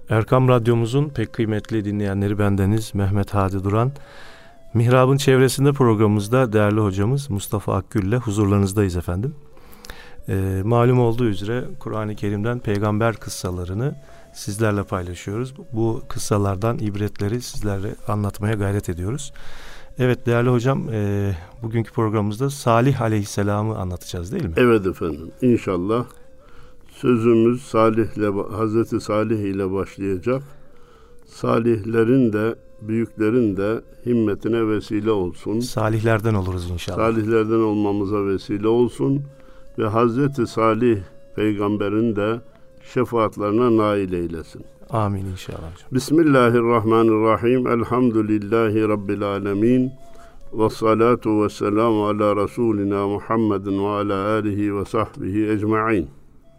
Erkam Radyomuzun pek kıymetli dinleyenleri bendeniz Mehmet Hadi Duran. Mihrab'ın çevresinde programımızda değerli hocamız Mustafa Akgül ile huzurlarınızdayız efendim. Malum olduğu üzere Kur'an-ı Kerim'den peygamber kıssalarını sizlerle paylaşıyoruz. Bu kıssalardan ibretleri sizlerle anlatmaya gayret ediyoruz. Evet değerli hocam, bugünkü programımızda Salih Aleyhisselam'ı anlatacağız değil mi? Evet efendim, inşallah. Sözümüz Hazreti Salih ile başlayacak. Salihlerin de, büyüklerin de himmetine vesile olsun. Salihlerden oluruz inşallah. Salihlerden olmamıza vesile olsun. Ve Hazreti Salih peygamberin de şefaatlerine nail eylesin. Amin inşallah. Bismillahirrahmanirrahim. Elhamdülillahi Rabbil alemin. Ve salatu ve selamu ala Resulina Muhammedin ve ala alihi ve sahbihi ecma'in.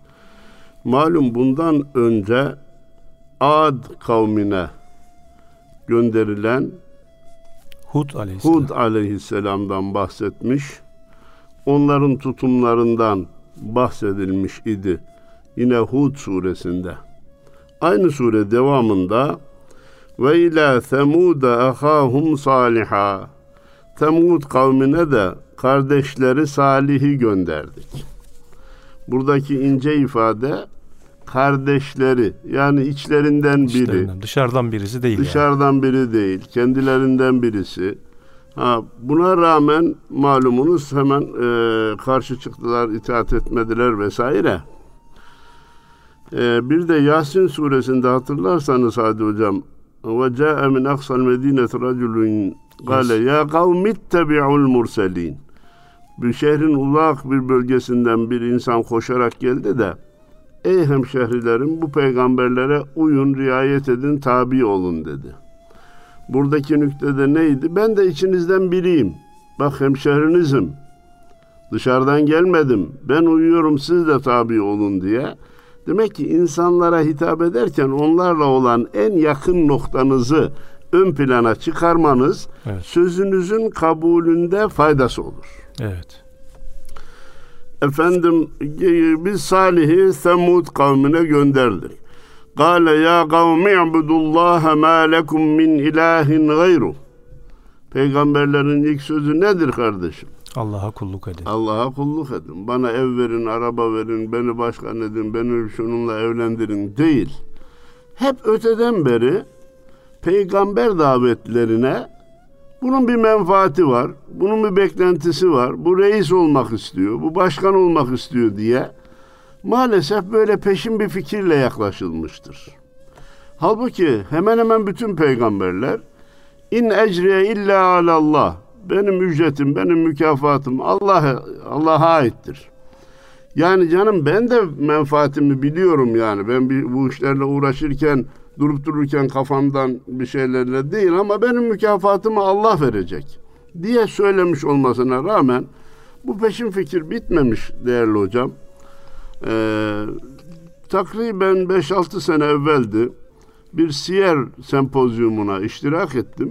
Malum bundan önce Ad kavmine gönderilen Hud aleyhisselamdan bahsetmiş. Onların tutumlarından bahsedilmiş idi. Yine Hud suresinde. Aynı sure devamında ve ila Semud'a ahahum Salih'a. Semud kavmine de kardeşleri Salih'i gönderdik. Buradaki ince ifade kardeşleri, yani içlerinden biri. Dışarıdan birisi değil. Dışarıdan biri değil, kendilerinden birisi. Buna rağmen malumunuz hemen karşı çıktılar, itaat etmediler vesaire. Bir de Yasin suresinde hatırlarsanız Hadi hocam, ve ca'e min aksal medineti raculun gale ya kavmi ittebi'ul murselin. Bir şehrin uzak bir bölgesinden bir insan koşarak geldi de, ey hemşehrilerim, bu peygamberlere uyun, riayet edin, tabi olun dedi. Buradaki nüktede neydi? Ben de içinizden biriyim. Bak, hemşehrinizim. Dışarıdan gelmedim. Ben uyuyorum, siz de tabi olun diye. Demek ki insanlara hitap ederken onlarla olan en yakın noktanızı ön plana çıkarmanız, evet, sözünüzün kabulünde faydası olur. Evet. Efendim, biz Salih'i Semud kavmine gönderdik. Kâle ya kavmi i'budullâhe mâ lekum min ilâhin gayruh. Peygamberlerin ilk sözü nedir kardeşim? Allah'a kulluk edin. Allah'a kulluk edin. Bana ev verin, araba verin, beni başkan edin, beni şununla evlendirin değil. Hep öteden beri peygamber davetlerine bunun bir menfaati var, bunun bir beklentisi var, bu reis olmak istiyor, bu başkan olmak istiyor diye maalesef böyle peşin bir fikirle yaklaşılmıştır. Halbuki hemen hemen bütün peygamberler in ecriye illa alallah, benim ücretim, benim mükafatım Allah'a aittir. Yani canım, ben de menfaatimi biliyorum yani. Ben bu işlerle uğraşırken, durup dururken kafamdan bir şeylerle değil, ama benim mükafatımı Allah verecek diye söylemiş olmasına rağmen bu peşin fikir bitmemiş değerli hocam. Takriben 5-6 sene evveldi bir siyer sempozyumuna iştirak ettim.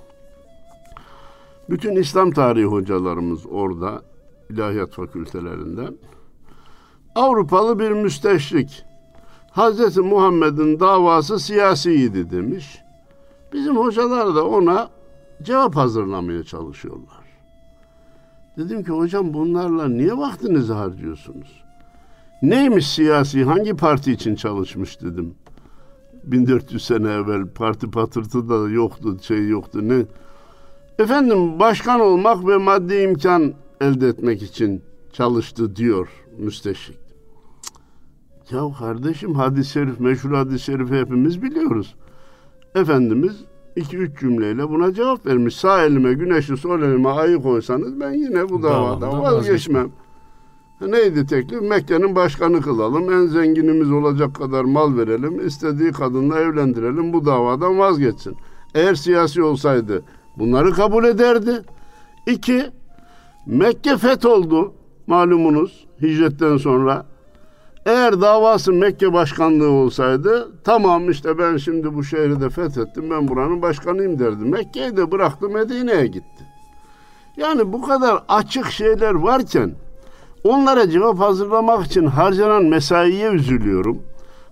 Bütün İslam tarihi hocalarımız orada, ilahiyat fakültelerinden. Avrupalı bir müsteşrik, Hz. Muhammed'in davası siyasiydi demiş. Bizim hocalar da ona cevap hazırlamaya çalışıyorlar. Dedim ki hocam, bunlarla niye vaktinizi harcıyorsunuz? Neymiş siyasi, hangi parti için çalışmış dedim. 1400 sene evvel parti patırtı da yoktu, yoktu ne? Efendim, başkan olmak ve maddi imkan elde etmek için çalıştı diyor müsteşrik. Ya kardeşim, hadis-i şerif, meşhur hadis-i şerifi hepimiz biliyoruz. Efendimiz 2-3 cümleyle buna cevap vermiş. Sağ elime güneşi, sol elime ayı koysanız ben yine bu davadan vazgeçmem. Neydi teklif? Mekke'nin başkanı kılalım, en zenginimiz olacak kadar mal verelim, istediği kadınla evlendirelim, bu davadan vazgeçsin. Eğer siyasi olsaydı bunları kabul ederdi. 2, Mekke fetholdu malumunuz hicretten sonra. Eğer davası Mekke başkanlığı olsaydı, tamam işte ben şimdi bu şehri de fethettim, ben buranın başkanıyım derdi. Mekke'yi de bıraktı, Medine'ye gitti. Yani bu kadar açık şeyler varken onlara cevap hazırlamak için harcanan mesaiye üzülüyorum.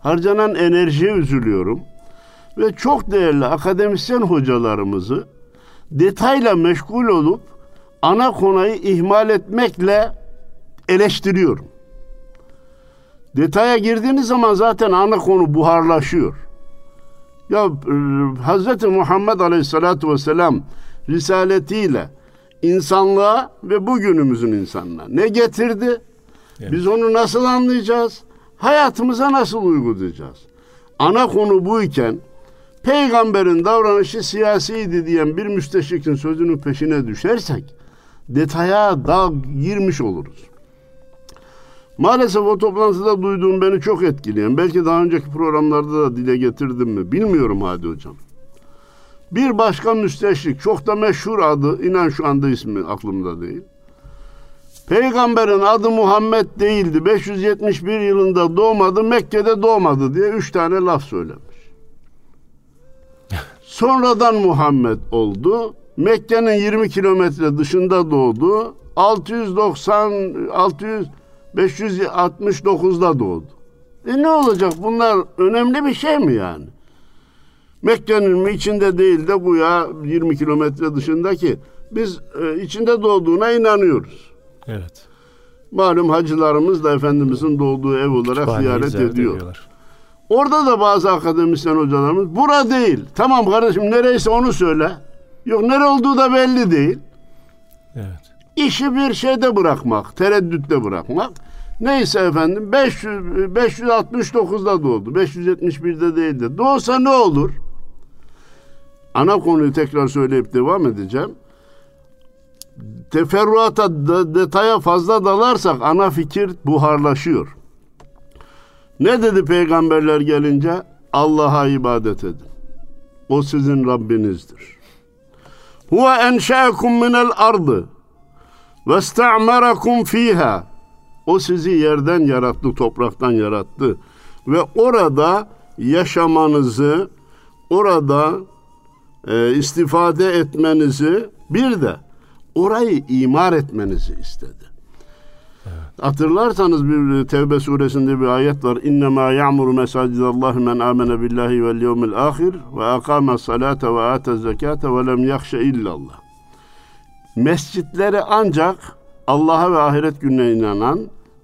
harcanan enerjiye üzülüyorum. Ve çok değerli akademisyen hocalarımızı detayla meşgul olup ana konuyu ihmal etmekle eleştiriyorum. Detaya girdiğiniz zaman zaten ana konu buharlaşıyor. Ya Hz. Muhammed Aleyhisselatü Vesselam risaletiyle insanlığa ve bugünümüzün insanına ne getirdi? Evet. Biz onu nasıl anlayacağız? Hayatımıza nasıl uygulayacağız? Ana konu buyken peygamberin davranışı siyasiydi diyen bir müsteşrikin sözünün peşine düşersek detaya da girmiş oluruz. Maalesef o toplantıda duyduğum beni çok etkileyen, belki daha önceki programlarda da dile getirdim mi bilmiyorum Hadi Hocam. Bir başka müsteşrik, çok da meşhur adı, inan şu anda ismi aklımda değil. Peygamberin adı Muhammed değildi, 571 yılında doğmadı, Mekke'de doğmadı diye 3 tane laf söylemiş. Sonradan Muhammed oldu, Mekke'nin 20 kilometre dışında doğdu, 569'da doğdu. Ne olacak? Bunlar önemli bir şey mi yani? Mekke'nin mi içinde değil de güya 20 kilometre dışındaki biz içinde doğduğuna inanıyoruz. Evet. Malum hacılarımız da Efendimizin doğduğu ev olarak ziyaret ediyor. Orada da bazı akademisyen hocalarımız bura değil. Tamam kardeşim nereyse onu söyle. Yok nere olduğu da belli değil. Evet. İşi bir şeyde bırakmak, tereddütte bırakmak. Neyse efendim 569'da doğdu. 571'de değildi. Doğsa ne olur? Ana konuyu tekrar söyleyip devam edeceğim. Teferruata, detaya fazla dalarsak ana fikir buharlaşıyor. Ne dedi peygamberler gelince? Allah'a ibadet edin. O sizin Rabbinizdir. Huve enşe'ekum minel ardı ve sta'merakum fiha. O sizi yerden yarattı, topraktan yarattı. Ve orada yaşamanızı, orada istifade etmenizi, bir de orayı imar etmenizi istedi. Evet. Hatırlarsanız bir Tevbe suresinde bir ayet var. İnnemâ ya'muru mesacidallahi men amene billahi vel yevmil ahir ve akâme salate ve âte zekâte ve lem yakşe illallah. Mescitleri ancak Allah'a ve ahiret gününe inanan,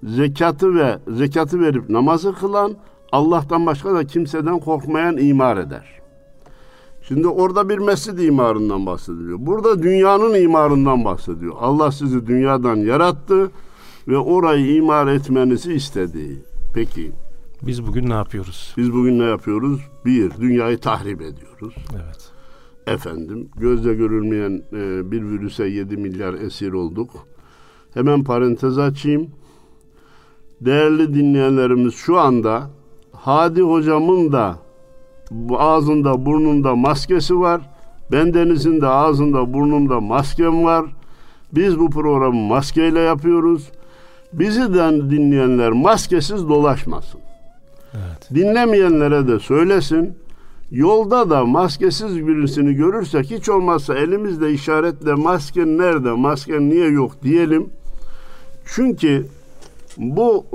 zekatı verip namazı kılan, Allah'tan başka da kimseden korkmayan imar eder. Şimdi orada bir mescid imarından bahsediliyor. Burada dünyanın imarından bahsediyor. Allah sizi dünyadan yarattı ve orayı imar etmenizi istedi. Peki. Biz bugün ne yapıyoruz? Biz bugün ne yapıyoruz? Bir, dünyayı tahrip ediyoruz. Evet. Efendim, gözle görülmeyen bir virüse 7 milyar esir olduk. Hemen parantez açayım. Değerli dinleyenlerimiz şu anda Hadi hocamın da ağzında burnunda maskesi var. Bendenizin de ağzında burnunda maskem var. Biz bu programı maskeyle yapıyoruz. Bizi dinleyenler maskesiz dolaşmasın. Evet. Dinlemeyenlere de söylesin. Yolda da maskesiz birisini görürsek hiç olmazsa elimizde işaretle masken nerede, masken niye yok diyelim. Çünkü bu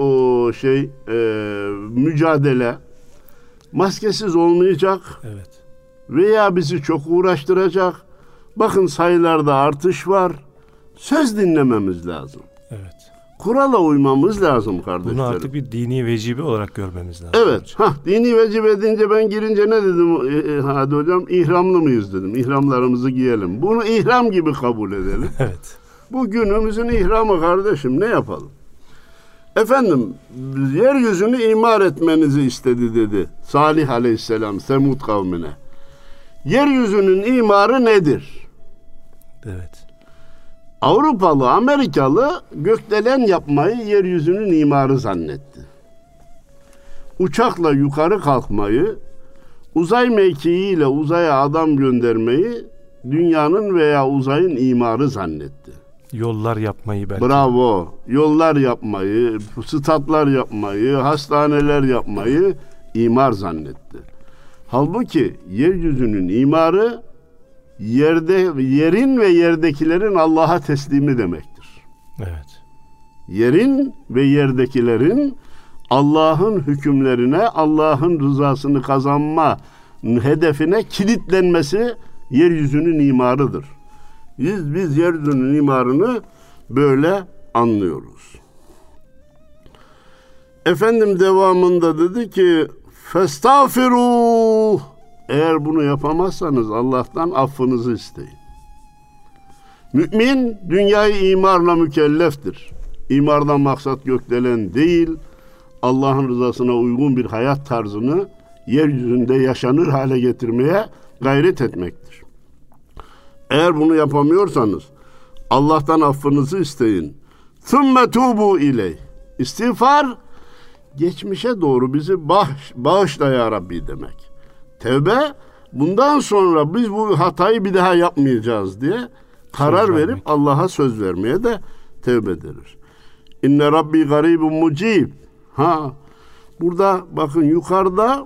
mücadele maskesiz olmayacak. Evet. Veya bizi çok uğraştıracak. Bakın sayılarda artış var. Söz dinlememiz lazım. Evet. Kurala uymamız lazım kardeşlerim. Bunu artık bir dini vecibe olarak görmemiz lazım. Evet. Dini vecibe deyince ben girince ne dedim Hadi hocam? İhramlı mıyız dedim. İhramlarımızı giyelim. Bunu ihram gibi kabul edelim. Evet. Bu günümüzün ihramı kardeşim. Ne yapalım? Efendim, yeryüzünü imar etmenizi istedi dedi Salih Aleyhisselam Semud kavmine. Yeryüzünün imarı nedir? Evet. Avrupalı, Amerikalı gökdelen yapmayı yeryüzünün imarı zannetti. Uçakla yukarı kalkmayı, uzay mekiğiyle uzaya adam göndermeyi dünyanın veya uzayın imarı zannetti. Yollar yapmayı belki. Bravo. Yollar yapmayı, statlar yapmayı, hastaneler yapmayı imar zannetti. Halbuki yeryüzünün imarı yerin ve yerdekilerin Allah'a teslimi demektir. Evet. Yerin ve yerdekilerin Allah'ın hükümlerine, Allah'ın rızasını kazanma hedefine kilitlenmesi yeryüzünün imarıdır. Biz yeryüzünün imarını böyle anlıyoruz. Efendim devamında dedi ki festağfiruh. Eğer bunu yapamazsanız Allah'tan affınızı isteyin. Mümin dünyayı imarla mükelleftir. İmardan maksat gökdelen değil, Allah'ın rızasına uygun bir hayat tarzını yeryüzünde yaşanır hale getirmeye gayret etmektir. Eğer bunu yapamıyorsanız Allah'tan affınızı isteyin. ثُمَّ تُوبُوا اِلَيْهِ. İstiğfar, geçmişe doğru bizi bağışla ya Rabbi demek. Tevbe, bundan sonra biz bu hatayı bir daha yapmayacağız diye karar verip Allah'a söz vermeye de tevbe denir. İnne Rabbi garibun mucib. Burada bakın yukarıda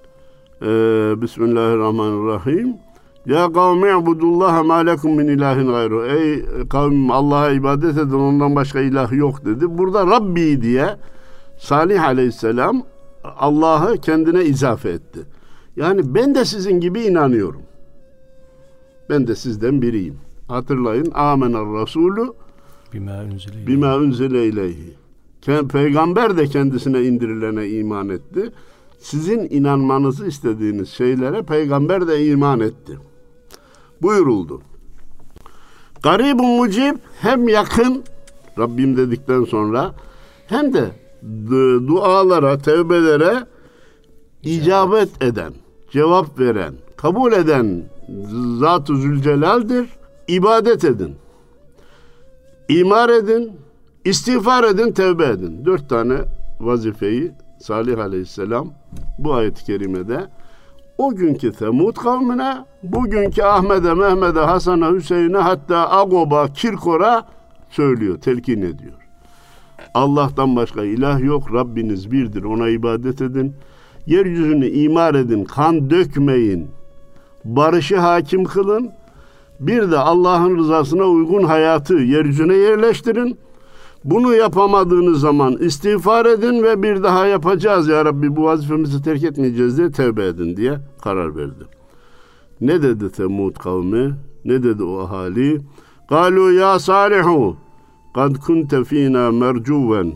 Bismillahirrahmanirrahim. Ya kavmi ibudullaha ma lekum min ilahin gayru. Ey kavmim, Allah'a ibadet edin, ondan başka ilah yok dedi. Burada Rabbi diye Salih Aleyhisselam Allah'ı kendine izafe etti. Yani ben de sizin gibi inanıyorum. Ben de sizden biriyim. Hatırlayın. Amener Resulü bima unzile ileyhi. Peygamber de kendisine indirilene iman etti. Sizin inanmanızı istediğiniz şeylere peygamber de iman etti buyuruldu. Garibun mucib, hem yakın Rabbim dedikten sonra hem de dualara, tevbelere icabet eden, cevap veren, kabul eden Zat-ı Zülcelal'dir. İbadet edin, imar edin, istiğfar edin, tevbe edin. 4 tane vazifeyi Salih Aleyhisselam bu ayet-i kerimede o günkü Semud kavmine, bugünkü Ahmet'e, Mehmet'e, Hasan'a, Hüseyin'e, hatta Agob'a, Kirkor'a söylüyor, telkin ediyor. Allah'tan başka ilah yok, Rabbiniz birdir, ona ibadet edin. Yeryüzünü imar edin, kan dökmeyin, barışı hakim kılın. Bir de Allah'ın rızasına uygun hayatı yeryüzüne yerleştirin. Bunu yapamadığınız zaman istiğfar edin ve bir daha yapacağız ya Rabbi, bu vazifemizi terk etmeyeceğiz diye tevbe edin diye karar verdi. Ne dedi Semud kavmi? Ne dedi o ahali? Galu ya Salihu kad kunte fina mercuven.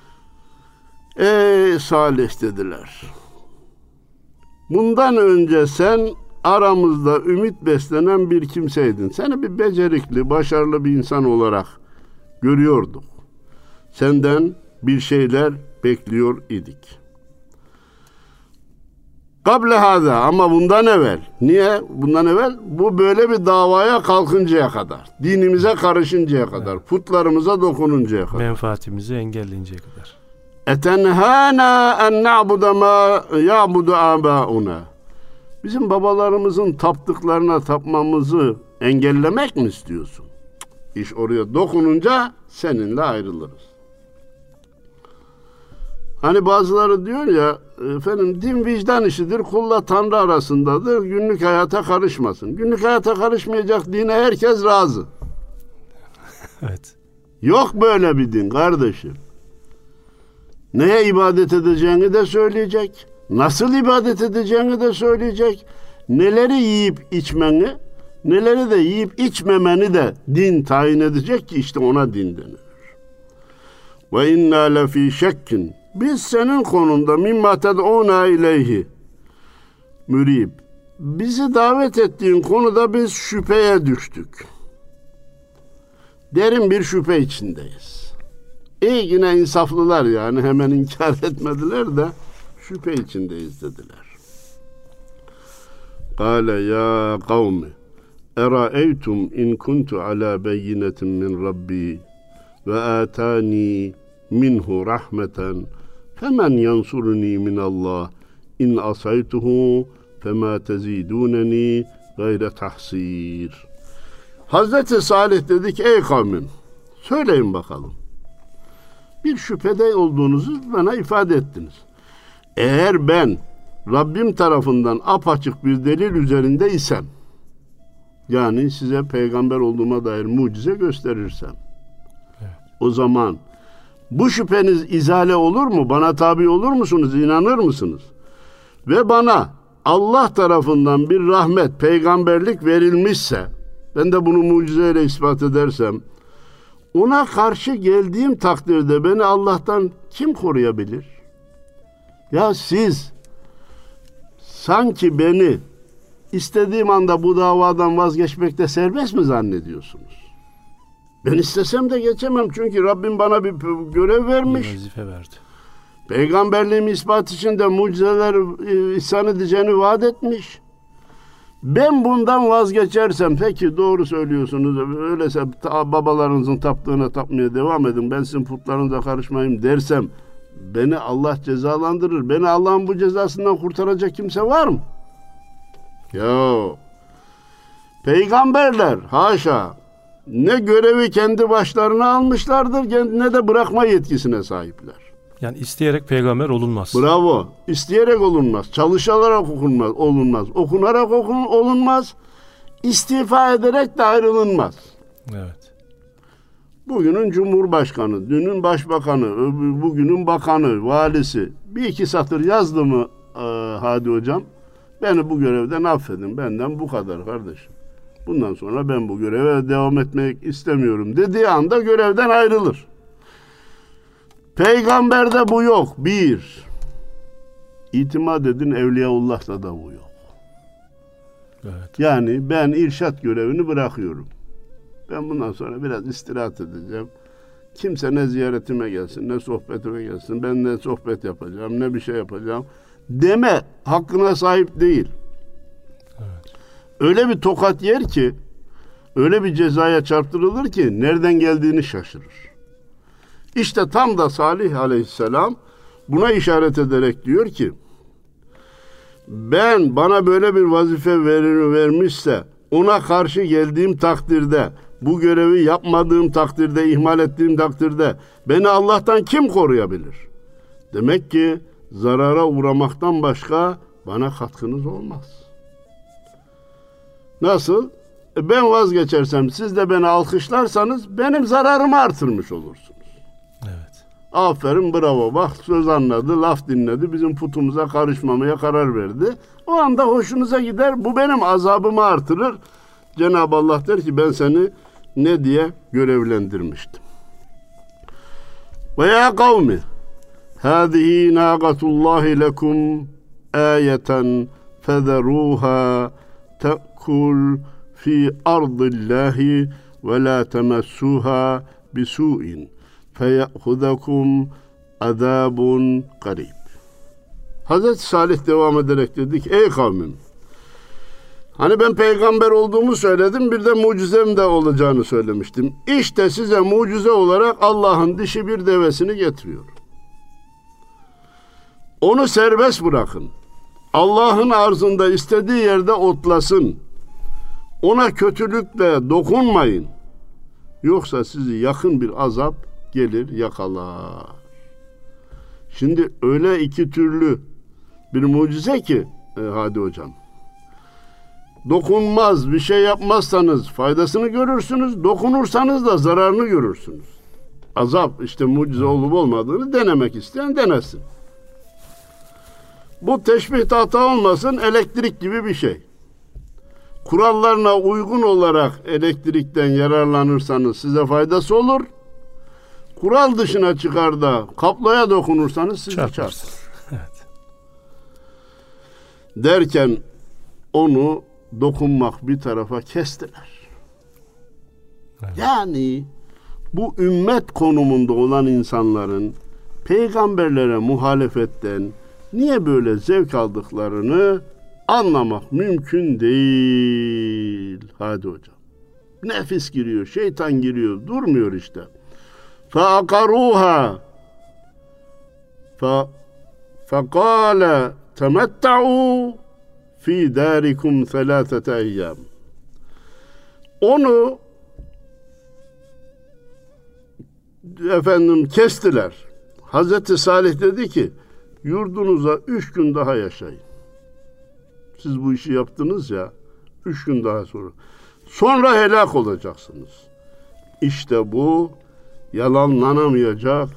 Ey Salih dediler. Bundan önce sen aramızda ümit beslenen bir kimseydin. Seni bir becerikli, başarılı bir insan olarak görüyorduk. Senden bir şeyler bekliyor idik. Kable hâzâ, ama bundan evvel. Niye? Bundan evvel bu böyle bir davaya kalkıncaya kadar, dinimize karışıncaya kadar, putlarımıza dokununcaya kadar, menfaatimizi engelleyinceye kadar. Etenhâna en na'buda ma ya'budu âbâuna. Bizim babalarımızın taptıklarına tapmamızı engellemek mi istiyorsun? İş oraya dokununca seninle ayrılırız. Hani bazıları diyor ya, efendim din vicdan işidir, kulla Tanrı arasındadır, günlük hayata karışmasın. Günlük hayata karışmayacak dine herkes razı. Evet. Yok böyle bir din kardeşim. Neye ibadet edeceğini de söyleyecek, nasıl ibadet edeceğini de söyleyecek, neleri yiyip içmeni, neleri de yiyip içmemeni de din tayin edecek ki işte ona din denir. Ve inna lefî şekkin. Biz senin konunda mimma ted'ûnâ ileyhi mürîb. Bizi davet ettiğin konuda biz şüpheye düştük. Derin bir şüphe içindeyiz. Yine insaflılar, yani hemen inkar etmediler de şüphe içindeyiz dediler. Kâle ya kavmi eraeytum in kuntu ala beyinetin min rabbi ve atani minhu rahmeten femen yansuruni minallah in asaytuhu fema teziduneni gayre tahsir. Hazreti Salih dedi ki, ey kavmim, söyleyin bakalım, bir şüphede olduğunuzu bana ifade ettiniz. Eğer ben Rabbim tarafından apaçık bir delil üzerinde isem, yani size peygamber olduğuma dair mucize gösterirsem, evet, o zaman Bu şüpheniz izale olur mu? Bana tabi olur musunuz? İnanır mısınız? Ve bana Allah tarafından bir rahmet, peygamberlik verilmişse, ben de bunu mucizeyle ispat edersem, ona karşı geldiğim takdirde beni Allah'tan kim koruyabilir? Ya siz sanki beni istediğim anda bu davadan vazgeçmekte serbest mi zannediyorsunuz? Ben istesem de geçemem, çünkü Rabbim bana bir görev vermiş. Bir vazife verdi. Peygamberliğimi ispat için de mucizeler ihsan edeceğini vaat etmiş. Ben bundan vazgeçersem, peki doğru söylüyorsunuz, öyleyse babalarınızın taptığına tapmaya devam edin, ben sizin putlarınıza karışmayayım dersem, beni Allah cezalandırır. Beni Allah'ın bu cezasından kurtaracak kimse var mı? Yok. Peygamberler haşa ne görevi kendi başlarına almışlardır, ne de bırakma yetkisine sahipler. Yani isteyerek peygamber olunmaz. Bravo. İsteyerek olunmaz. Çalışılarak olunmaz. Okunarak olunmaz. İstifa ederek de ayrılınmaz. Evet. Bugünün Cumhurbaşkanı, dünün Başbakanı, bugünün Bakanı, Valisi bir iki satır yazdı mı Hadi Hocam? Beni bu görevden affedin. Benden bu kadar kardeşim. Bundan sonra ben bu göreve devam etmek istemiyorum dediği anda görevden ayrılır. Peygamberde bu yok. Bir. İtimat edin, Evliyaullah'ta da bu yok. Evet. Yani ben irşat görevini bırakıyorum. Ben bundan sonra biraz istirahat edeceğim. Kimse ne ziyaretime gelsin, ne sohbetime gelsin. Ben ne sohbet yapacağım, ne bir şey yapacağım deme hakkına sahip değil. Evet. Öyle bir tokat yer ki, öyle bir cezaya çarptırılır ki nereden geldiğini şaşırır. İşte tam da Salih Aleyhisselam buna işaret ederek diyor ki, bana böyle bir vazife vermişse, ona karşı geldiğim takdirde, bu görevi yapmadığım takdirde, ihmal ettiğim takdirde beni Allah'tan kim koruyabilir? Demek ki zarara uğramaktan başka bana katkınız olmaz. Nasıl? Ben vazgeçersem, siz de beni alkışlarsanız benim zararımı artırmış olursunuz. Evet. Aferin, bravo, bak söz anladı, laf dinledi, bizim putumuza karışmamaya karar verdi. O anda hoşunuza gider, bu benim azabımı artırır. Cenab-ı Allah der ki ben seni ne diye görevlendirmiştim. Ve ya kavmi hâzihi nâgatullâhi lekum âyeten federûhâ te'kul fi ardillâhi ve lâ temessûhâ bisu'in feye'hudakum azâbun garib. Hazreti Salih devam ederek dedi ki, ey kavmim, hani ben peygamber olduğumu söyledim, bir de mucizem de olacağını söylemiştim. İşte size mucize olarak Allah'ın dişi bir devesini getiriyor. Onu serbest bırakın. Allah'ın arzında istediği yerde otlasın. Ona kötülükle dokunmayın. Yoksa sizi yakın bir azap gelir yakalar. Şimdi öyle iki türlü bir mucize ki Hadi Hocam. Dokunmaz, bir şey yapmazsanız faydasını görürsünüz. Dokunursanız da zararını görürsünüz. Azap, işte mucize olup olmadığını denemek isteyen denesin. Bu teşbihte hata olmasın, elektrik gibi bir şey. Kurallarına uygun olarak elektrikten yararlanırsanız size faydası olur. Kural dışına çıkar da kabloya dokunursanız sizi çarpar. Evet. Derken onu dokunmak bir tarafa kestiler. Evet. Yani bu ümmet konumunda olan insanların peygamberlere muhalefetten niye böyle zevk aldıklarını anlamak mümkün değil. Hadi hocam. Nefis giriyor, şeytan giriyor, durmuyor işte. فَاَقَرُوهَا فَقَالَ تَمَتَّعُوا فِي دَارِكُمْ ثَلَاثَةَ اَيَّامٍ. Onu kestiler. Hazreti Salih dedi ki, yurdunuza 3 gün daha yaşayın. Siz bu işi yaptınız ya, 3 gün daha sonra helak olacaksınız. İşte bu yalanlanamayacak,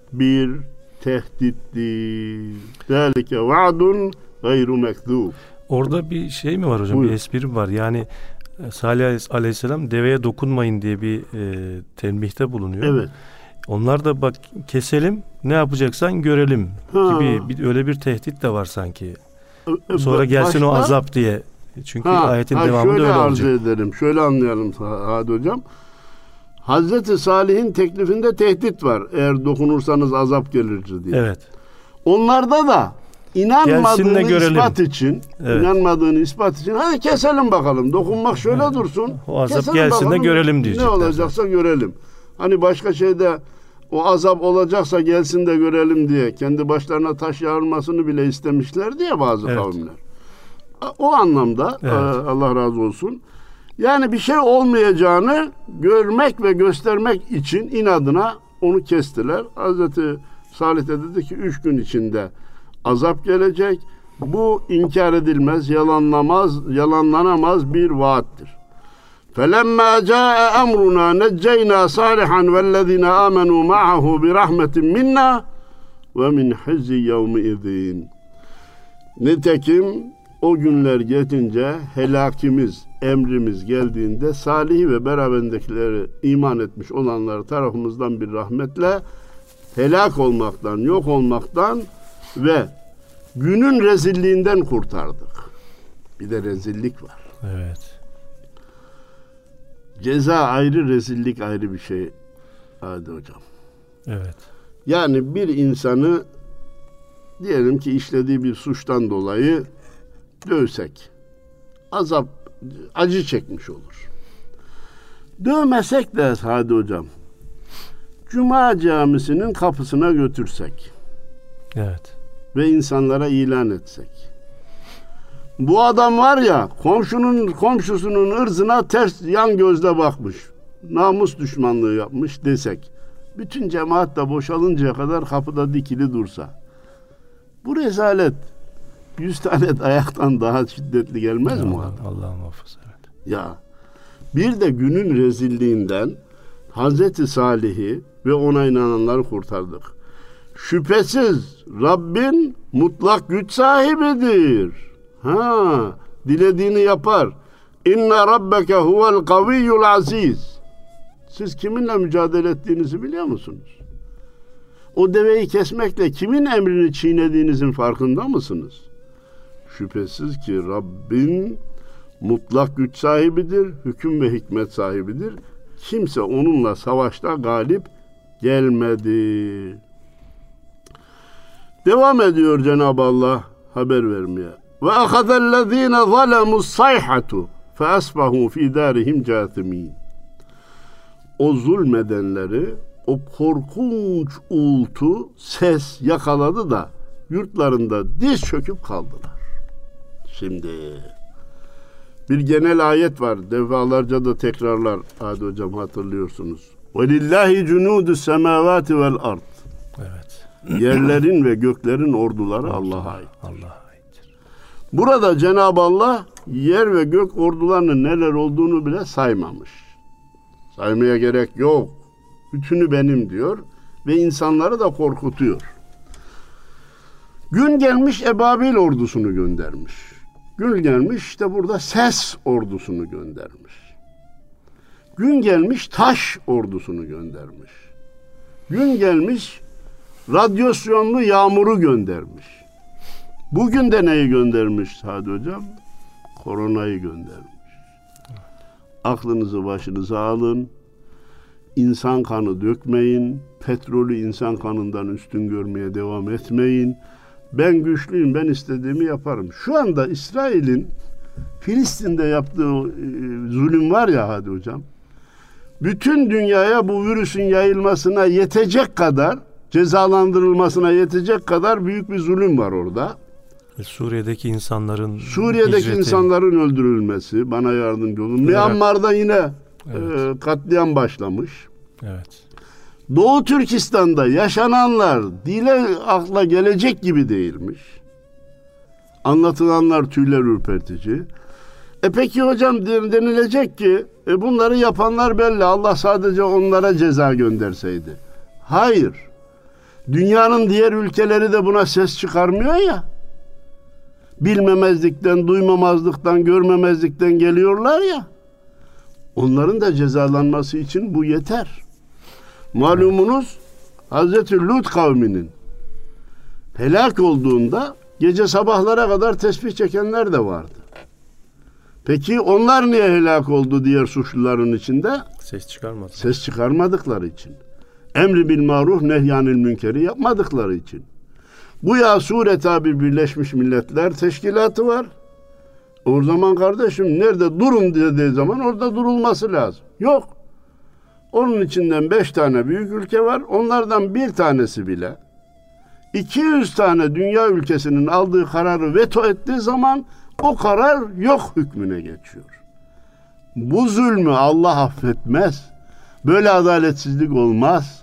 bir tehdittir. Zalike vaadun gayru mekzub. Orada bir şey mi var hocam? Buyur. Bir espri mi var? Yani Salih Aleyhisselam deveye dokunmayın diye bir tembihte bulunuyor. Evet. Onlar da bak keselim, ne yapacaksan görelim gibi öyle bir tehdit de var sanki. Sonra gelsin o azap diye. Çünkü ayetin devamında öyle olacak. Şöyle arz ederim. Şöyle anlayalım Hadi Hocam. Hazreti Salih'in teklifinde tehdit var. Eğer dokunursanız azap gelir diye. Evet. Onlarda da inanmadığını ispat için hadi keselim bakalım. Dokunmak şöyle dursun. O azap gelsin de görelim diyecekler. Ne olacaksa görelim. Hani başka şeyde o azap olacaksa gelsin de görelim diye kendi başlarına taş yağılmasını bile istemişler diye bazı kavimler. O anlamda Allah razı olsun. Yani bir şey olmayacağını görmek ve göstermek için inadına onu kestiler. Hazreti Salih de dedi ki 3 gün içinde azap gelecek. Bu inkar edilmez, yalanlanamaz bir vaattir. فَلَمَّا جَاءَ أَمْرُنَا نَجَّيْنَا صَالِحًا وَالَّذِينَ آمَنُوا مَعَهُ بِرَحْمَةٍ مِنَّا وَمِنْ حِزِّ يَوْمِئِذٍ. Nitekim o günler gelince helakimiz, emrimiz geldiğinde Salih ve beraberinde iman etmiş olanlar tarafımızdan bir rahmetle helak olmaktan, yok olmaktan ve günün rezilliğinden kurtardık. Bir de rezillik var. Evet. Ceza ayrı, rezillik ayrı bir şey. Hadi hocam. Evet. Yani bir insanı diyelim ki işlediği bir suçtan dolayı dövsek, acı çekmiş olur. Dövmesek de hadi hocam, Cuma camisinin kapısına götürsek, evet, ve insanlara ilan etsek, bu adam var ya komşusunun ırzına ters yan gözle bakmış, namus düşmanlığı yapmış desek, bütün cemaat de boşalıncaya kadar kapıda dikili dursa, bu rezalet 100 tane ayaktan daha şiddetli gelmez mi? Allah muhafaza. Evet. Ya bir de günün rezilliğinden Hazreti Salih'i ve ona inananları kurtardık. Şüphesiz Rabbin mutlak güç sahibidir. Dilediğini yapar. İnne rabbeke huvel kaviyyul aziz. Siz kiminle mücadele ettiğinizi biliyor musunuz? O deveyi kesmekle kimin emrini çiğnediğinizin farkında mısınız? Şüphesiz ki Rabbin mutlak güç sahibidir, hüküm ve hikmet sahibidir. Kimse onunla savaşta galip gelmedi. Devam ediyor Cenab-ı Allah haber vermeye. Ve ahadellezine zalemus sayhatu fe asbahu fi darihim cathimin. O zulmedenleri o korkunç uğultu, ses yakaladı da yurtlarında diz çöküp kaldılar. Şimdi bir genel ayet var. Defalarca da tekrarlar. Hadi hocam hatırlıyorsunuz. وَلِلَّهِ جُنُودُ السَّمَاوَاتِ وَالْاَرْضِ. Evet. Yerlerin ve göklerin orduları Allah'a ait. Allah'a aittir. Burada Cenab-ı Allah yer ve gök ordularının neler olduğunu bile saymamış. Saymaya gerek yok. Bütünü benim diyor ve insanları da korkutuyor. Gün gelmiş Ebabil ordusunu göndermiş. Gün gelmiş işte burada ses ordusunu göndermiş. Gün gelmiş taş ordusunu göndermiş. Gün gelmiş radyasyonlu yağmuru göndermiş. Bugün de neyi göndermiş Sadi Hocam? Koronayı göndermiş. Aklınızı başınıza alın. İnsan kanı dökmeyin. Petrolü insan kanından üstün görmeye devam etmeyin. Ben güçlüyüm, ben istediğimi yaparım. Şu anda İsrail'in Filistin'de yaptığı zulüm var ya hadi hocam. Bütün dünyaya bu virüsün yayılmasına yetecek kadar, cezalandırılmasına yetecek kadar büyük bir zulüm var orada. Suriye'deki insanların insanların öldürülmesi, bana yardımcı olun. Myanmar'da yine katliam başlamış. Evet. Doğu Türkistan'da yaşananlar dile akla gelecek gibi değilmiş. Anlatılanlar tüyler ürpertici. Peki hocam denilecek ki bunları yapanlar belli. Allah sadece onlara ceza gönderseydi. Hayır. Dünyanın diğer ülkeleri de buna ses çıkarmıyor ya. Bilmemezlikten, duymamazlıktan, görmemezlikten geliyorlar ya. Onların da cezalanması için bu yeter. Malumunuz Hazreti Lut kavminin helak olduğunda gece sabahlara kadar tesbih çekenler de vardı. Peki onlar niye helak oldu diğer suçluların içinde? Ses çıkarmadı. Ses çıkarmadıkları için. Emri bil maruf nehyanil münkeri yapmadıkları için. Güya sureta bir Birleşmiş Milletler Teşkilatı var. O zaman kardeşim nerede durun dediği zaman orada durulması lazım. Yok. Onun içinden 5 tane büyük ülke var. Onlardan bir tanesi bile 200 tane dünya ülkesinin aldığı kararı veto ettiği zaman o karar yok hükmüne geçiyor. Bu zulmü Allah affetmez. Böyle adaletsizlik olmaz.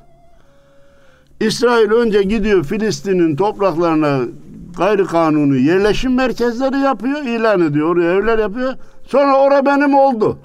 İsrail önce gidiyor Filistin'in topraklarına gayri kanuni yerleşim merkezleri yapıyor, ilan ediyor, oraya evler yapıyor. Sonra ora benim oldu.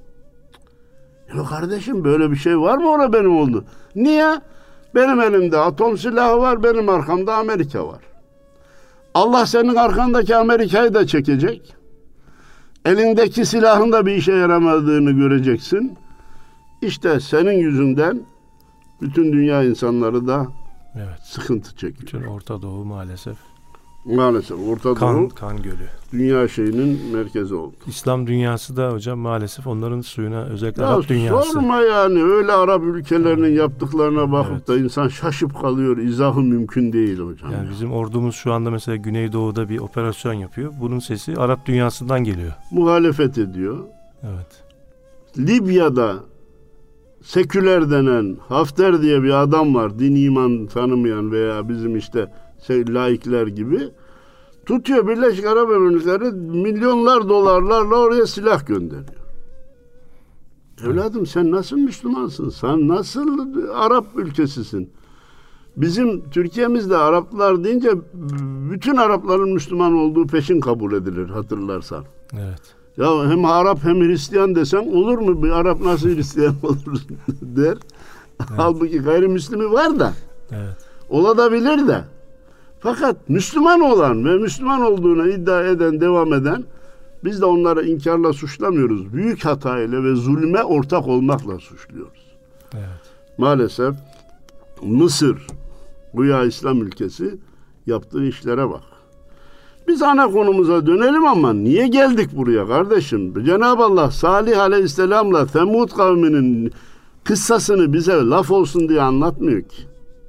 Yok kardeşim böyle bir şey var mı ora benim oldu? Niye? Benim elimde atom silahı var, benim arkamda Amerika var. Allah senin arkandaki Amerika'yı da çekecek. Elindeki silahın da bir işe yaramadığını göreceksin. İşte senin yüzünden bütün dünya insanları da sıkıntı çekiyor. Bütün Orta Doğu maalesef. Maalesef Orta Doğu kan gölü. Dünya şeyinin merkezi oldu. İslam dünyası da hocam maalesef onların suyuna, özellikle Arap dünyası. Sorma yani öyle Arap ülkelerinin yaptıklarına bakıp da insan şaşıp kalıyor. İzahı mümkün değil hocam. Yani bizim ordumuz şu anda mesela Güneydoğu'da bir operasyon yapıyor. Bunun sesi Arap dünyasından geliyor. Muhalefet ediyor. Evet. Libya'da seküler denen Hafter diye bir adam var. Din iman tanımayan veya bizim işte laikler gibi. Tutuyor Birleşik Arap Emirlikleri milyonlar dolarlarla oraya silah gönderiyor. Evladım sen nasıl Müslümansın? Sen nasıl Arap ülkesisin? Bizim Türkiye'mizde Araplar deyince bütün Arapların Müslüman olduğu peşin kabul edilir hatırlarsan. Evet. Ya hem Arap hem Hristiyan desen olur mu? Bir Arap nasıl Hristiyan olur der. Evet. Halbuki gayrimüslimi var da. Evet. Olabilir de. Fakat Müslüman olan ve Müslüman olduğuna iddia eden, devam eden, biz de onları inkarla suçlamıyoruz. Büyük hatayla ve zulme ortak olmakla suçluyoruz. Evet. Maalesef Mısır, güya İslam ülkesi, yaptığı işlere bak. Biz ana konumuza dönelim ama niye geldik buraya kardeşim? Cenab-ı Allah Salih Aleyhisselam'la Semud kavminin kıssasını bize laf olsun diye anlatmıyor ki.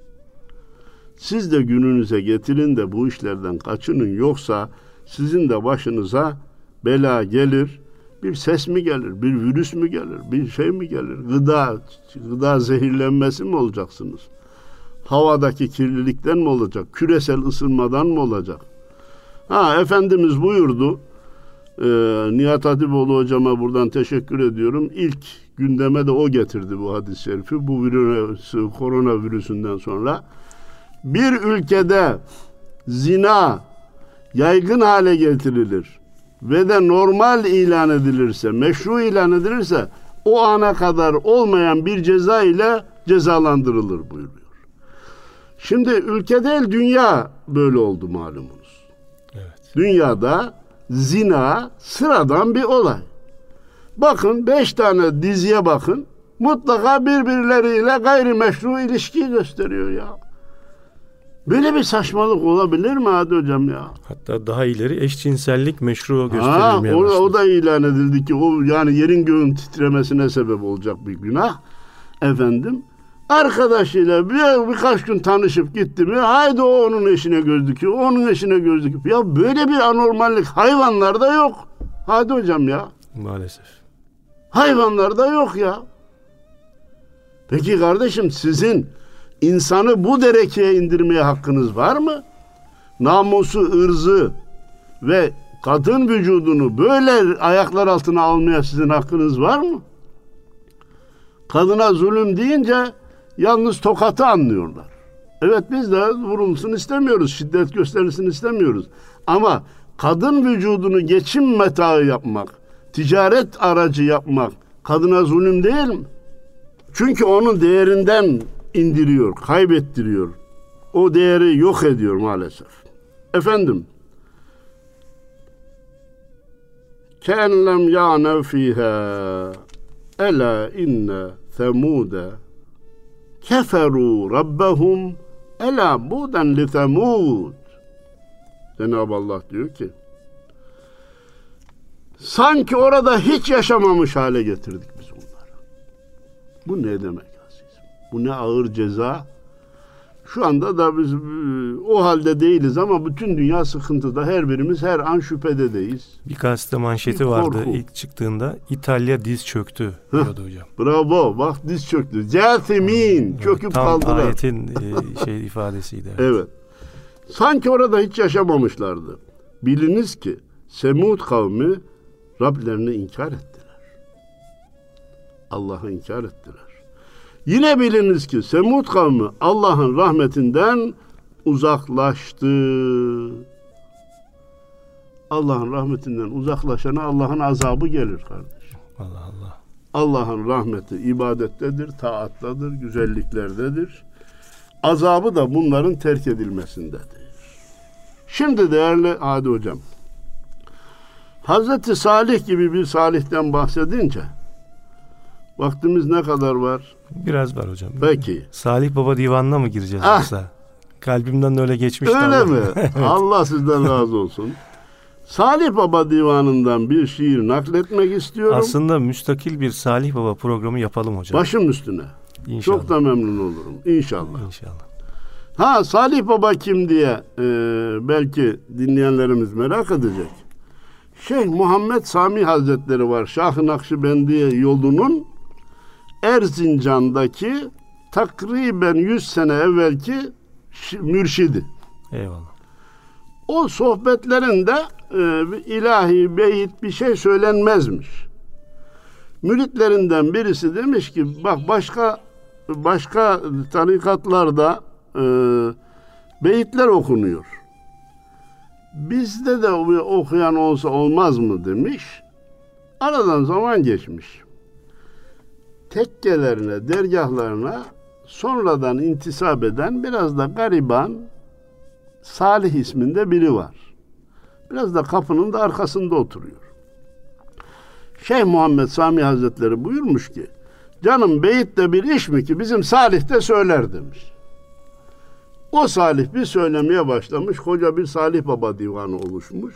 Siz de gününüze getirin de bu işlerden kaçının, yoksa sizin de başınıza bela gelir. Bir ses mi gelir, bir virüs mü gelir, bir şey mi gelir? Gıda zehirlenmesi mi olacaksınız? Havadaki kirlilikten mi olacak? Küresel ısınmadan mı olacak? Efendimiz buyurdu. Nihat Hatipoğlu hocama buradan teşekkür ediyorum. İlk gündeme de o getirdi bu hadis-i şerifi. Bu koronavirüsünden sonra. Bir ülkede zina yaygın hale getirilir ve de normal ilan edilirse, meşru ilan edilirse o ana kadar olmayan bir ceza ile cezalandırılır buyuruyor. Şimdi ülke değil dünya böyle oldu malumunuz. Evet. Dünyada zina sıradan bir olay. Bakın 5 tane diziye bakın. Mutlaka birbirleriyle gayrimeşru ilişkiyi gösteriyor ya. Böyle bir saçmalık olabilir mi Hadi hocam ya? Hatta daha ileri eşcinsellik meşru gösterilmeye başladı. O da ilan edildi ki o yani yerin göğün titremesine sebep olacak bir günah. Efendim arkadaşıyla birkaç gün tanışıp gitti mi haydi o onun eşine göz dikiyor, onun eşine göz dikiyor. Ya böyle bir anormallik hayvanlarda yok. Hadi hocam ya. Maalesef. Hayvanlarda yok ya. Peki kardeşim sizin İnsanı bu dereceye indirmeye hakkınız var mı? Namusu, ırzı ve kadın vücudunu böyle ayaklar altına almaya sizin hakkınız var mı? Kadına zulüm deyince yalnız tokatı anlıyorlar. Evet biz de vurulsun istemiyoruz, şiddet gösterilsin istemiyoruz. Ama kadın vücudunu geçim metaı yapmak, ticaret aracı yapmak kadına zulüm değil mi? Çünkü onun değerinden indiriyor, kaybettiriyor. o değeri yok ediyor maalesef. Efendim, كَاَنْ لَمْ يَعْنَوْ ف۪يهَا اَلَا اِنَّ ثَمُودَ كَفَرُوا رَبَّهُمْ اَلَا بُودًا لِثَمُودَ. Cenab-ı Allah diyor ki, sanki orada hiç yaşamamış hale getirdik biz onları. Bu ne demek azizim? Bu ne ağır ceza. Şu anda da biz o halde değiliz ama bütün dünya sıkıntıda. Her birimiz her an şüphedeyiz. Bir gazete manşeti vardı ilk çıktığında. İtalya diz çöktü diyordu hocam. Bravo. Bak diz çöktü. Casimin. Çöküp kaldılar. Tam ayetin ifadesiydi. Evet. Sanki orada hiç yaşamamışlardı. Biliniz ki Semud kavmi Rablerini inkar ettiler. Allah'ı inkar ettiler. Yine biliniz ki Semud kavmi Allah'ın rahmetinden uzaklaştı. Allah'ın rahmetinden uzaklaşana Allah'ın azabı gelir kardeşim. Allah Allah. Allah'ın rahmeti ibadettedir, taattadır, güzelliklerdedir. Azabı da bunların terk edilmesindedir. Şimdi değerli Hadi hocam, Hazreti Salih gibi bir salihten bahsedince vaktimiz ne kadar var? Biraz var hocam. Peki. Salih Baba divanına mı gireceğiz yoksa? Kalbimden öyle geçmişti. Öyle mi? Evet. Allah sizden razı olsun. Salih Baba divanından bir şiir nakletmek istiyorum. Aslında müstakil bir Salih Baba programı yapalım hocam. Başım üstüne. İnşallah. Çok da memnun olurum. İnşallah. İnşallah. Salih Baba kim diye belki dinleyenlerimiz merak edecek. Şeyh Muhammed Sami Hazretleri var. Şah-ı Nakşibendiye yolunun Erzincan'daki takriben 100 sene evvelki mürşidi. Eyvallah. O sohbetlerinde ilahi beyit bir şey söylenmezmiş. Müritlerinden birisi demiş ki bak başka tarikatlarda beyitler okunuyor. Bizde de okuyan olsa olmaz mı demiş. Aradan zaman geçmiş. Tekkelerine, dergahlarına sonradan intisap eden biraz da gariban Salih isminde biri var. Biraz da kapının da arkasında oturuyor. Şeyh Muhammed Sami Hazretleri buyurmuş ki, canım beyit de bir iş mi ki bizim Salih de söyler demiş. O Salih bir söylemeye başlamış, koca bir Salih Baba divanı oluşmuş.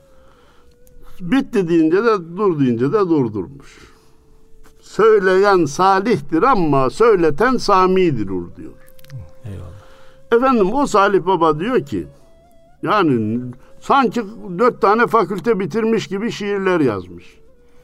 Bitti deyince de dur deyince de durdurmuş. Söyleyen Salih'tir ama söyleten Sami'dir diyor. Eyvallah. Efendim o Salih Baba diyor ki, yani sanki 4 tane fakülte bitirmiş gibi şiirler yazmış.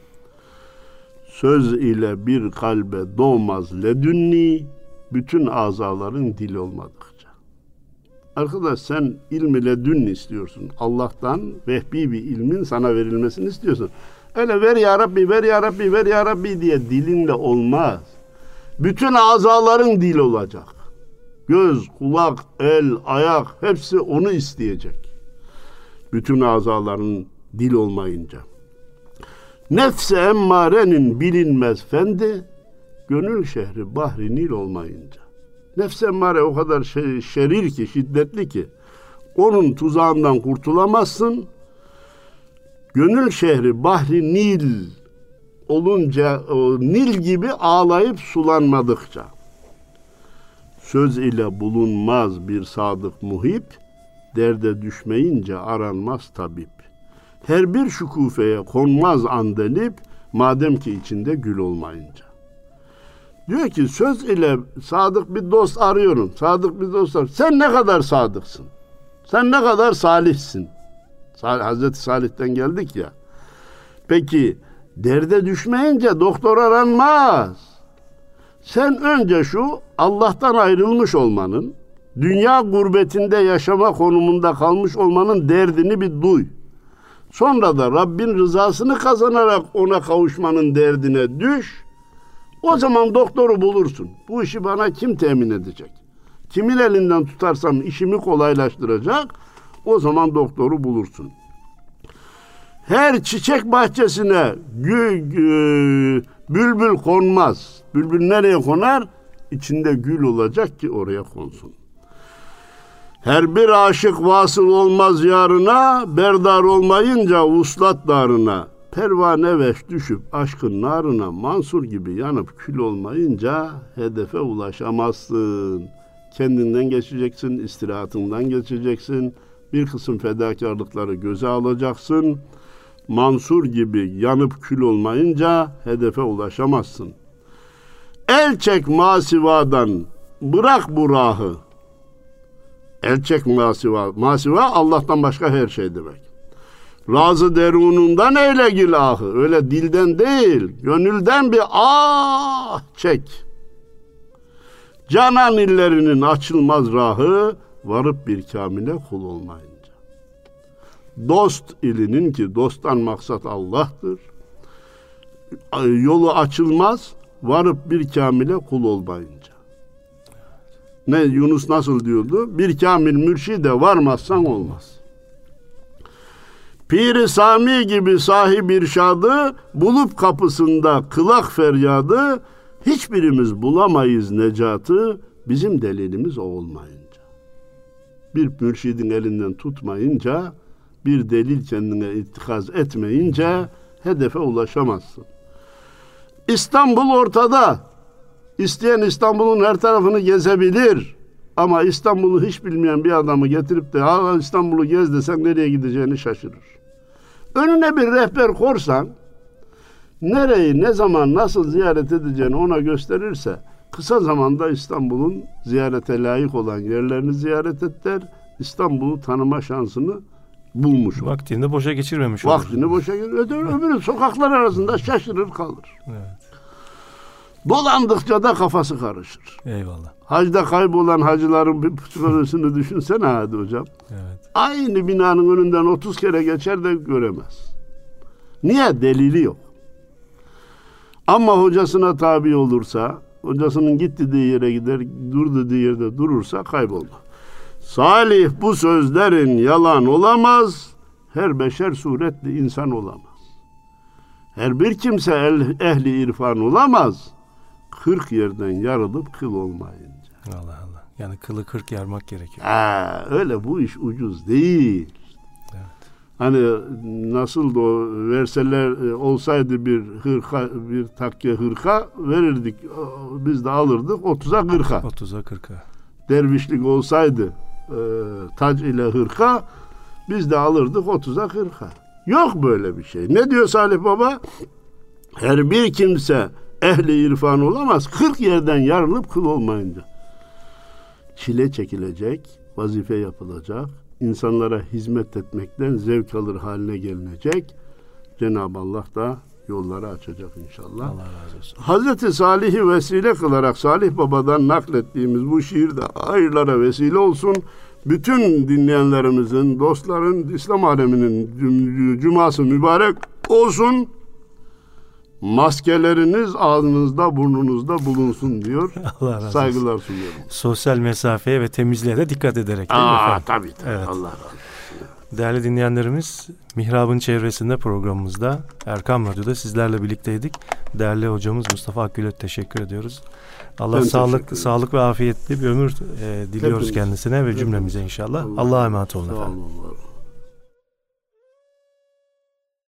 Söz ile bir kalbe doğmaz ledünni, bütün azaların dil olmadıkça. Arkadaş sen ilmi ledünni istiyorsun. Allah'tan vehbi bir ilmin sana verilmesini istiyorsun. Öyle ver ya Rabbi, ver ya Rabbi, ver ya Rabbi diye dilinle olmaz. Bütün azaların dil olacak. Göz, kulak, el, ayak hepsi onu isteyecek. Bütün azaların dil olmayınca. Nefs-i emmarenin bilinmez fendi, gönül şehri bahri nil olmayınca. Nefs-i emmare o kadar şerir ki, şiddetli ki, onun tuzağından kurtulamazsın. Gönül şehri bahri nil olunca, nil gibi ağlayıp sulanmadıkça. Söz ile bulunmaz bir sadık muhip, derde düşmeyince aranmaz tabip. Her bir şükufeye konmaz andelip, madem ki içinde gül olmayınca. Diyor ki söz ile sadık bir dost arıyorum. Sadık bir dost arıyorum. Sen ne kadar sadıksın? Sen ne kadar salihsin? Hazreti Salih'ten geldik ya. Peki derde düşmeyince doktor aranmaz. Sen önce şu Allah'tan ayrılmış olmanın, dünya gurbetinde yaşama konumunda kalmış olmanın derdini bir duy. Sonra da Rabbin rızasını kazanarak ona kavuşmanın derdine düş. O zaman doktoru bulursun. Bu işi bana kim temin edecek? Kimin elinden tutarsam işimi kolaylaştıracak? O zaman doktoru bulursun. Her çiçek bahçesine bülbül konmaz. Bülbül nereye konar? İçinde gül olacak ki oraya konsun. Her bir aşık vasıl olmaz yarına, berdar olmayınca vuslat darına. Pervane veş düşüp aşkın narına, Mansur gibi yanıp kül olmayınca hedefe ulaşamazsın. Kendinden geçeceksin, istirahatından geçeceksin. Bir kısım fedakarlıkları göze alacaksın. Mansur gibi yanıp kül olmayınca hedefe ulaşamazsın. El çek masivadan, bırak bu rahı. El çek masiva. Masiva Allah'tan başka her şey demek. Razı derunundan eyle gilahı. Öyle dilden değil, gönülden bir ah çek. Canan illerinin açılmaz rahı, varıp bir kamile kul olmayınca. Dost ilinin ki dosttan maksat Allah'tır. Yolu açılmaz, varıp bir kamile kul olmayınca. Ne Yunus nasıl diyordu? Bir kamil mürşide varmazsan olmaz. Pir-i Sami gibi sahip irşadı, bulup kapısında kılak feryadı, hiçbirimiz bulamayız necatı, bizim delilimiz o olmayınca. Bir mürşidin elinden tutmayınca, bir delil kendine ittikaz etmeyince hedefe ulaşamazsın. İstanbul ortada. İsteyen İstanbul'un her tarafını gezebilir. Ama İstanbul'u hiç bilmeyen bir adamı getirip de İstanbul'u gez desen nereye gideceğini şaşırır. Önüne bir rehber korsan, nereyi, ne zaman, nasıl ziyaret edeceğini ona gösterirse, kısa zamanda İstanbul'un ziyarete layık olan yerlerini ziyaret et der, İstanbul'u tanıma şansını bulmuş olur. Vaktini boşa geçirmemiş olur. Vaktini boşa geçirmemiş. Öbürü sokaklar arasında şaşırır kalır. Evet. Dolandıkça da kafası karışır. Eyvallah. Hacda kaybolan hacıların bir psikolojisini düşünsene hadi hocam. Evet. Aynı binanın önünden 30 kere geçer de göremez. Niye? Delili yok. Ama hocasına tabi olursa, hocasının git dediği yere gider, dur dediği yerde durursa kaybolma. Salih bu sözlerin yalan olamaz, her beşer suretli insan olamaz. Her bir kimse ehli irfan olamaz, 40 yerden yarılıp kıl olmayınca. Allah Allah. Yani kılı 40 yarmak gerekiyor. Öyle bu iş ucuz değil. Evet. Hani nasıl da verseler olsaydı bir hırka, bir takke hırka verirdik. Biz de alırdık 30'a 40'a. 30'a 40'a. Dervişlik olsaydı tac ile hırka biz de alırdık 30'a 40'a. Yok böyle bir şey. Ne diyor Salih Baba? Her bir kimse ehli irfan olamaz, 40 yerden yarılıp kıl olmayınca. Çile çekilecek, vazife yapılacak, insanlara hizmet etmekten zevk alır haline gelinecek. Cenab-ı Allah da yolları açacak inşallah. Allah razı olsun. Hazreti Salih'i vesile kılarak Salih Baba'dan naklettiğimiz bu şiir de hayırlara vesile olsun. Bütün dinleyenlerimizin, dostların, İslam aleminin cuması mübarek olsun. Maskeleriniz ağzınızda, burnunuzda bulunsun diyor. Allah razı olsun. Saygılar sunuyorum. Sosyal mesafeye ve temizliğe de dikkat ederek değil mi efendim? Tabii. Evet. Allah razı olsun. Değerli dinleyenlerimiz, Mihrab'ın çevresinde programımızda Erkam Radyo'da sizlerle birlikteydik. Değerli hocamız Mustafa Akgül'e teşekkür ediyoruz. Allah sağlık ve afiyetli bir ömür diliyoruz kendisine ve cümlemize inşallah. Allah'a emanet olun efendim. Sağ olun.